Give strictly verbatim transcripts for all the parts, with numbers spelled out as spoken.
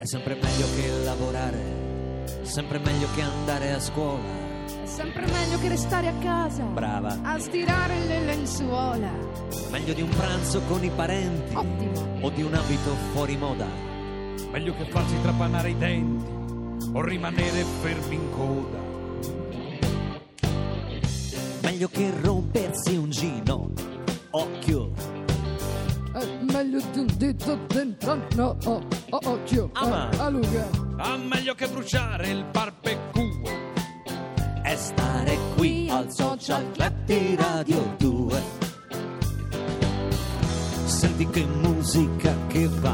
È sempre meglio che lavorare, sempre meglio che andare a scuola. È sempre meglio che restare a casa. Brava. A stirare le lenzuola. Meglio di un pranzo con i parenti. Ottimo. O di un abito fuori moda. Meglio che farsi trapanare i denti o rimanere fermi in coda. Meglio che rompersi un gino. Occhio. È meglio di un dito dentro. No, oh, oh, occhio. Ah, a, a Luca. Ah, meglio che bruciare il barbecue. È stare qui al Social Club di Radio due. Senti che musica che va.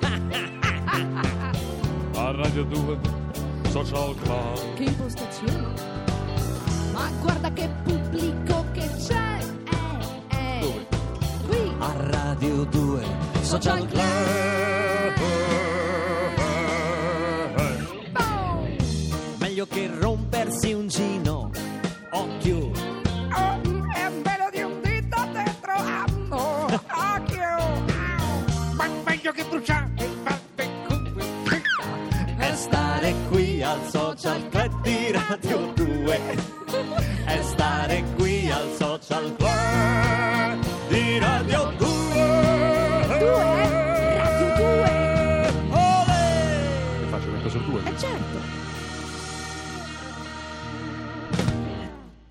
A Radio due Social Club. Che impostazione. Ma guarda che pubblico che c'è. Eh, eh. Dove? Qui. A Radio due Social Club. Boom. Meglio che rompersi un gino. Occhio. Oh, è bello di un dito dentro. Oh, occhio. Ma meglio che bruciare il barbecue. È stare qui al Social Club di Radio due. È stare qui al Social Club di Radio due.